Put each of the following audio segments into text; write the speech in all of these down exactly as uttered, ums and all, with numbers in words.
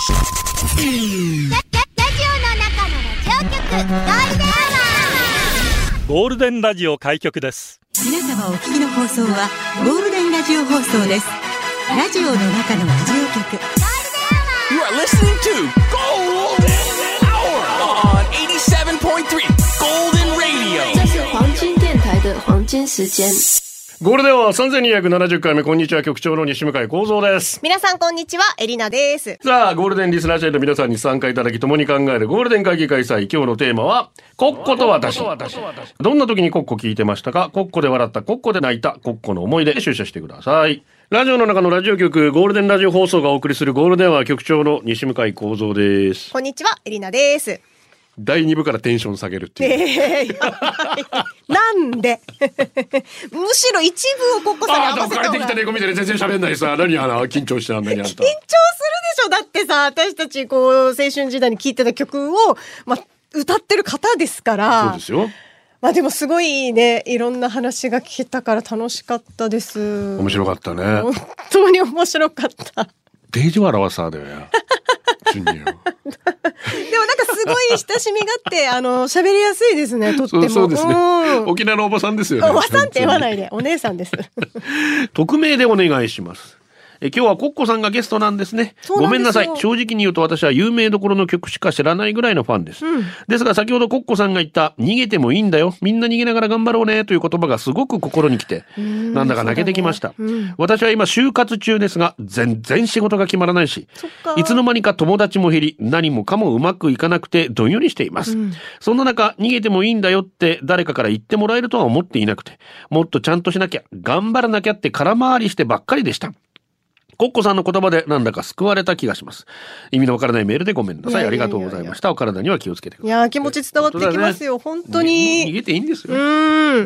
ゴールデンラジオ開局です。 皆様お聞きの放送はゴールデンラジオ放送です。ラジオの中のラジオ局 You are listening to Golden Hour on eighty-seven point three Golden Radio。 这是黄金電台的黄金時間。 ゴールデンはさんぜんにひゃくななじゅっかいめ、こんにちは、局長の西向井光三です。 皆さんこんにちは、エリナです。 さあ、ゴールデンリスナー社員の皆さんに参加いただき、共に考えるゴールデン会議開催。今日のテーマはコッコと私。どんな時にコッコ聞いてましたか？コッコで笑った、コッコで泣いた、コッコの思い出、出社してください。ラジオの中のラジオ局、ゴールデンラジオ放送がお送りするゴールデンは、局長の西向井光三です。 こんにちは、エリナです。 だいに部からテンション下げるっていう、 えー、なんでむしろ一部をコッコさんに合わせた方が。ああ、でも帰ってきた猫みたいに全然喋んないさ。何あの緊張してあんなにあんた。緊張するでしょ。だってさ、私たちこう青春時代に聴いてた曲を、ま、歌ってる方ですから。 そうですよ。 まあでもすごいね、いろんな話が聞けたから楽しかったです。 面白かったね。 本当に面白かった。 デージ笑わさだよや。でもなんかすごい親しみがあってあの喋りやすいですね。とっても。 そう、そうですね、うん、沖縄のおばさんですよね。 おばさんって言わないで、お姉さんです。 匿名でお願いします。え今日はコッコさんがゲストなんですね。ごめんなさい。正直に言うと私は有名どころの曲しか知らないぐらいのファンです、うん、ですが先ほどコッコさんが言った逃げてもいいんだよ、みんな逃げながら頑張ろうねという言葉がすごく心にきて、なんだか泣けてきました、ね、うん、私は今就活中ですが全然仕事が決まらないし、いつの間にか友達も減り、何もかもうまくいかなくてどんよりしています、うん、そんな中逃げてもいいんだよって誰かから言ってもらえるとは思っていなくて、もっとちゃんとしなきゃ、頑張らなきゃって空回りしてばっかりでした。コッコさんの言葉でなんだか救われた気がします。意味のわからないメールでごめんなさい。いやいやいやいや、ありがとうございました。お体には気をつけてください。 いや、気持ち伝わってきますよ、ね、本当に、 ね、逃げていいんですよ。 うん、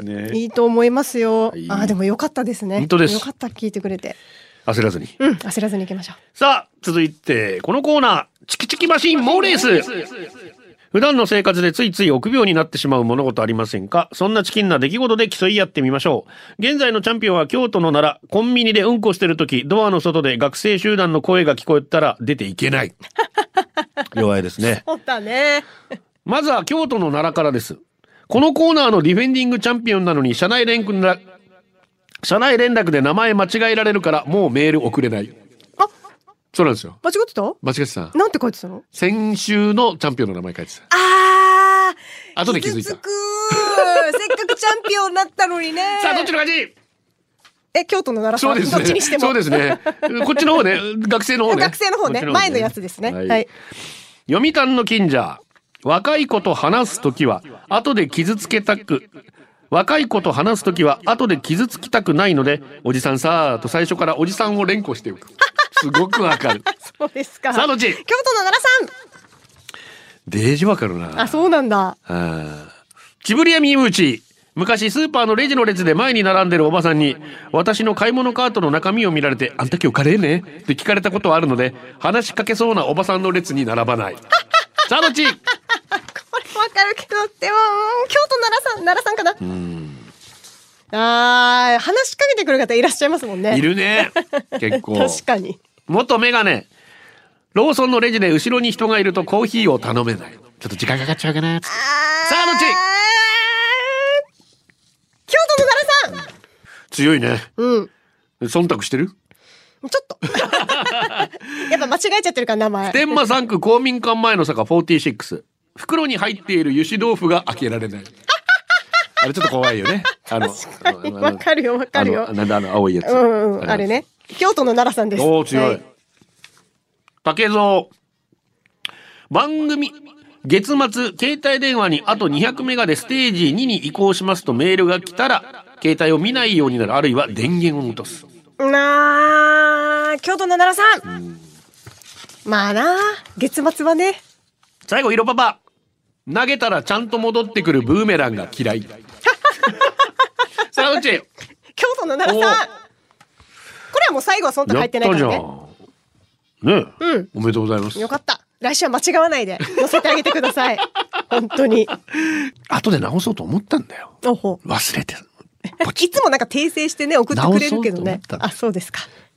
ね、 いいと思いますよ。 いい。 あ、でもよかったですね。 本当です。 よかった、聞いてくれて。 焦らずに。 うん、焦らずに行きましょう。 さあ、続いてこのコーナー、チキチキマシンモーレース。普段の生活でついつい臆病になってしまう物事ありませんか？そんなチキンな出来事で競い合ってみましょう。現在のチャンピオンは京都の奈良。コンビニでうんこしてるとき、ドアの外で学生集団の声が聞こえたら出ていけない。弱いですね。 そうだね。 まずは京都の奈良からです。このコーナーのディフェンディングチャンピオンなのに社内連絡社内連絡で名前間違えられるからもうメール送れない。そうなんですよ。 間違ってた？ 間違ってた。 なんて書いてたの？ 先週のチャンピオンの名前書いてた。 あー、 後で気づいた。 傷つくせっかくチャンピオンになったのにね。 さあ、どっちの勝ち？ え、京都の奈良さん、ね、どっちにしても。 そうですね。こっちの方ね、学生の方ね。 学生の方ね、の前のやつですね。はい。はい、 読谷の近所。若い子と話すときは、後で傷つけたく、若い子と話すときは、後で傷つきたくないので、おじさんさーと最初からおじさんを連呼しておく。すごくわかる。 そうですか。 さあ、どっち？ 京都の奈良さん。 デージわかるな。 あ、そうなんだ。 チブリアミームーチ。昔スーパーのレジの列で前に並んでるおばさんに、私の買い物カートの中身を見られて、あんた今日カレーねって聞かれたことはあるので、話しかけそうなおばさんの列に並ばない。さあ、どっち？これわかるけど、でも京都奈良さん、奈良さんかな。うん。あー、話しかけてくる方いらっしゃいますもんね。 いるね。結構。 確かに。 元メガネ。ローソンのレジで後ろに人がいるとコーヒーを頼めない。ちょっと時間かかっちゃうかな。さあ、どっち？ 京都の奈良さん。 強いね。 うん。 忖度してる？ちょっと。やっぱ間違えちゃってるから名前。 普天間産区公民館前の坂よんじゅうろく。袋に入っている油脂豆腐が開けられない。あれちょっと怖いよね。あの、 わかるよわかるよ。 なんだあの青いやつ。 うんうん、あれね。京都の奈良さんです。 おー、強い。はい、竹蔵。番組月末携帯電話にあとにひゃくメガでステージにに移行しますとメールが来たら携帯を見ないようになる、あるいは電源を落とす。 なあ、京都の奈良さん。うん、まあな、月末はね。 最後、色パパ。投げたらちゃんと戻ってくるブーメランが嫌い。さあ、どっち？ 京都の奈良さん。これはもう最後はそんな入ってないからね。 ねえ、うん、おめでとうございます。 よかった。来週は間違わないで載せてあげてください。本当に。 後で直そうと思ったんだよ。 おほ。 忘れてる。 いつもなんか訂正してね送ってくれるけどね。あ、そうですか。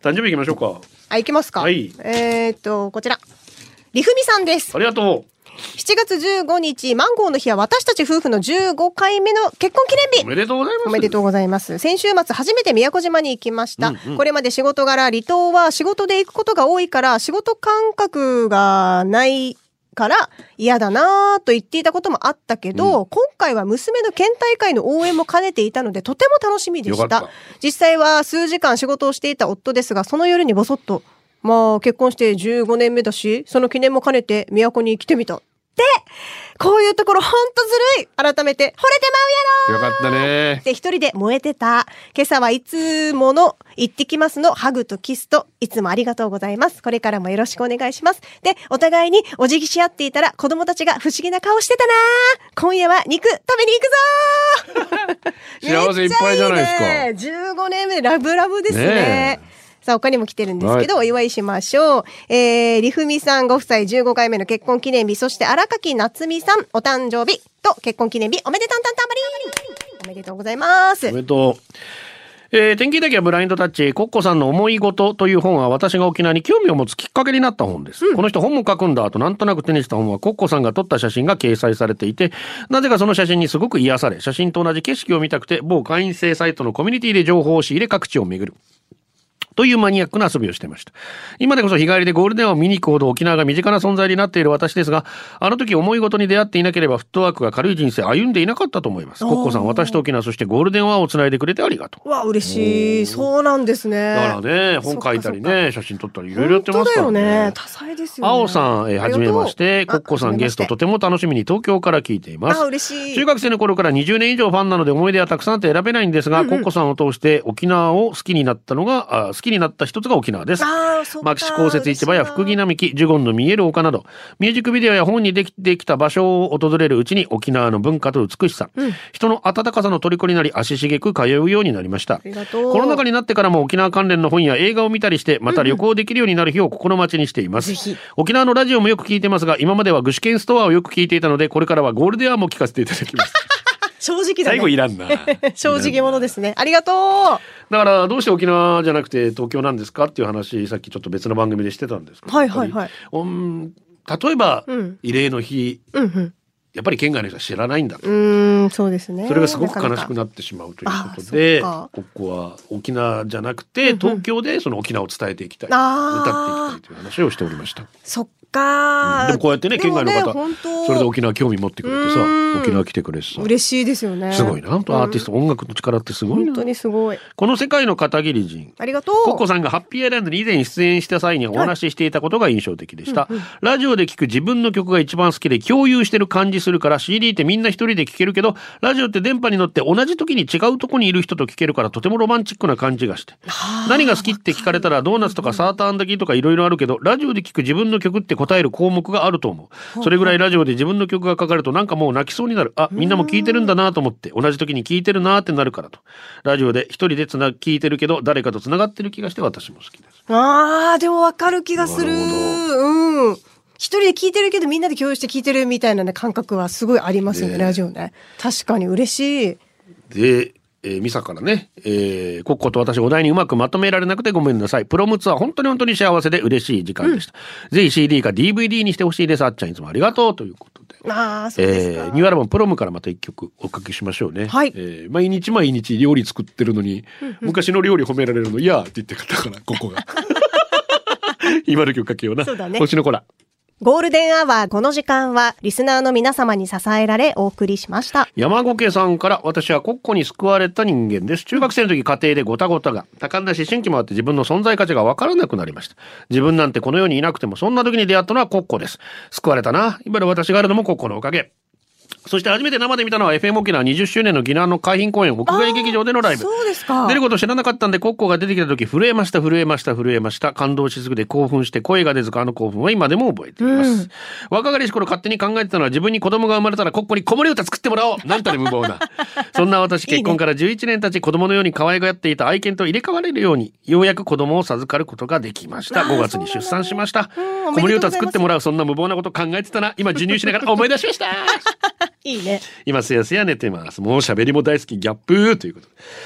誕生日行きましょうか。 あ、行きますか。 はい。 えー、っと、こちら。りふみさんです。 ありがとう。 しちがつじゅうごにち、マンゴーの日は私たち夫婦のじゅうごかいめの結婚記念日。 おめでとうございます。 おめでとうございます。先週末初めて宮古島に行きました。 うんうん、 これまで仕事柄、離島は仕事で行くことが多いから、仕事感覚がないから嫌だなと言っていたこともあったけど、うん、今回は娘の県大会の応援も兼ねていたのでとても楽しみでした。実際は数時間仕事をしていた夫ですが、その夜にボソッと、まあ結婚してじゅうごねんめだし、その記念も兼ねて都に来てみた。で、こういうところほんとずるい。改めて惚れてまうやろ。 よかったね。 で、一人で燃えてた。今朝はいつもの行ってきますのハグとキスと、いつもありがとうございます。これからもよろしくお願いします。で、お互いにお辞儀し合っていたら子供たちが不思議な顔してたな。今夜は肉食べに行くぞ幸せいっぱいじゃないですか。 ね、じゅうごねんめラブラブですね。ねさあ他にも来てるんですけど、はい、お祝いしましょう。えー、りふみさんご夫妻じゅうごかいめの結婚記念日、そして荒垣夏美さんお誕生日と結婚記念日おめでたんたんたんばりー。おめでとうございます。 おめでとう。えー、天気だけはブラインドタッチ、コッコさんの思い事という本は私が沖縄に興味を持つきっかけになった本です、うん、この人本も書くんだとなんとなく手にした本はコッコさんが撮った写真が掲載されていて、なぜかその写真にすごく癒され、写真と同じ景色を見たくて某会員制サイトのコミュニティで情報を仕入れ各地を巡るというマニアックな遊びをしていました。今でこそ日帰りでゴールデンを見に行くほど沖縄が身近な存在になっている私ですが、あの時思い事に出会っていなければフットワークが軽い人生歩んでいなかったと思います。コッコさん、私と沖縄そしてゴールデンワーをつないでくれてありがとう。 うわ嬉しい。そうなんですね。 だからね、本書いたりね、写真撮ったりいろいろやってますからね。 本当だよね。多彩ですよね。 青さん、えー、はじめまして。コッコさんゲストとても楽しみに東京から聞いています。 あ嬉しい。 中学生の頃からにじゅうねん以上ファンなので思い出はたくさんあって選べないんですが、うんうん、コッコさんを通して沖縄を好きになったのがあ好きになった一つが沖縄です。牧師公設市場や福木並木、ジュゴンの見える丘などミュージックビデオや本にできてきた場所を訪れるうちに沖縄の文化と美しさ、うん、人の温かさの虜になり足しげく通うようになりました。コロナ禍になってからも沖縄関連の本や映画を見たりしてまた旅行できるようになる日を心待ちにしています、うんうん、沖縄のラジオもよく聞いてますが今までは具志堅ストアをよく聞いていたのでこれからはゴールデンアワーも聞かせていただきます正直だね。 最後いらんな正直者ですね。ありがとう。 だからどうして沖縄じゃなくて東京なんですかっていう話さっきちょっと別の番組でしてたんですけど、 はいはいはい、 うん、例えば、うん、慰霊の日、うんうん、やっぱり県外の人は知らないんだと。 うーんそうですね。 それがすごく悲しくなってしまうということで、ここは沖縄じゃなくて、うんうん、東京でその沖縄を伝えていきたい、歌っていきたいという話をしておりました。 そっか、 うん、でもこうやってね県外の方、ね、それで沖縄興味持ってくれてさ、沖縄来てくれてさ嬉しいですよね。 すごいな、本当アーティスト、うん、音楽の力ってすごいな。 本当にすごい。 この世界の片桐仁、 ありがとう。 コッコさんがハッピーアイランドに以前出演した際にお話ししていたことが印象的でした、はいうんうん、ラジオで聞く自分の曲が一番好きで共有してる感じするから シーディー ってみんな一人で聴けるけどラジオって電波に乗って同じ時に違うとこにいる人と聴けるからとてもロマンチックな感じがして、何が好きって聞かれたらドーナツとかサーターアンダギーとかいろいろあるけどラジオで聴く自分の曲って答える項目があると思う。それぐらいラジオで自分の曲がかかるとなんかもう泣きそうになる。あ、みんなも聴いてるんだなと思って同じ時に聴いてるなってなるからと。ラジオで一人でつな聴いてるけど誰かとつながってる気がして私も好きです。 あーでもわかる気がする。うん。一人で聞いてるけどみんなで共有して聞いてるみたいな、ね、感覚はすごいありますよね、ラジオね。確かに嬉しい。 で、えー、ミサからね、えー、コッコと私お題にうまくまとめられなくてごめんなさい。プロムツは本当に本当に幸せで嬉しい時間でした、うん、ぜひ シーディー か ディーブイディー にしてほしいです。あっちゃんいつもありがとうということで、 あーそうですか、 えー、ニューアルバムプロムからまた一曲おかけしましょうね、 はい。 えー、毎日毎日料理作ってるのに、うんうん、昔の料理褒められるのいやーって言って方からここが今の曲かけような。 そうだね。 星の子らゴールデンアワー、この時間はリスナーの皆様に支えられお送りしました。 山ゴケさんから、私はコッコに救われた人間です。中学生の時家庭でごたごたが多感な思春期もあって自分の存在価値が分からなくなりました。自分なんてこの世にいなくてもそんな時に出会ったのはコッコです。救われたな。今の私があるのもコッコのおかげ。そして初めて生で見たのは エフエム 沖縄にじゅっしゅうねんの沖縄の海浜公演屋外劇場でのライブ。 そうですか。 出ること知らなかったんでコッコが出てきた時震えました震えました震えました。感動しすぎて興奮して声が出ずかあの興奮は今でも覚えています、うん、若かりし頃勝手に考えてたのは自分に子供が生まれたらコッコに子守歌作ってもらおうなんたる無謀なそんな私結婚からじゅういちねん経ち子供のように可愛がっていた愛犬と入れ替われるようにようやく子供を授かることができました。ごがつに出産しました。子守歌作ってもらうそんな無謀なこと考えてたな今授乳しながら思い出しましたいいね。今すやすや寝てます。もう喋りも大好きギャップということで、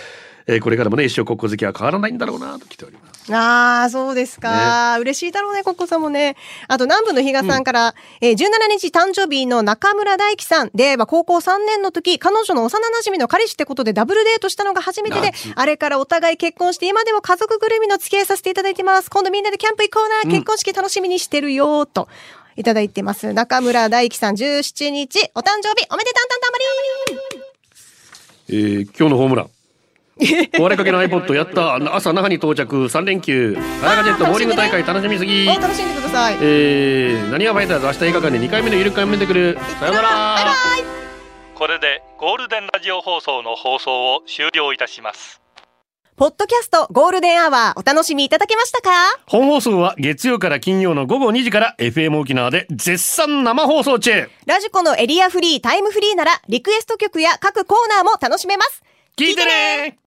えー、これからもね一生コッコ好きは変わらないんだろうなと来ております。 ああ、そうですか、ね、嬉しいだろうねコッコさんもね。あと南部の比嘉さんから、うん、えー、じゅうしちにち誕生日の中村大輝さんでは高校さんねんの時彼女の幼馴染の彼氏ってことでダブルデートしたのが初めてで、あれからお互い結婚して今でも家族ぐるみの付き合いさせていただいてます。今度みんなでキャンプ行こうな、結婚式楽しみにしてるよといただいてます。中村大輝さんじゅうしちにちお誕生日おめでたんたんたんばりー。えー、今日のホームラン壊れかけの iPod やった朝那覇に到着さん連休ガラガジェットボーリング大会楽しみすぎ。 楽しんでください。 えー、何はファイターズ明日映画館でにかいめのゆるかんめでくる。さよなら。 バイバイ。 これでゴールデンラジオ放送の放送を終了いたします。 ポッドキャストゴールデンアワーお楽しみいただけましたか？ 本放送は月曜から金曜の午後にじから エフエム 沖縄で絶賛生放送中。 ラジコのエリアフリータイムフリーならリクエスト曲や各コーナーも楽しめます。 聞いてね。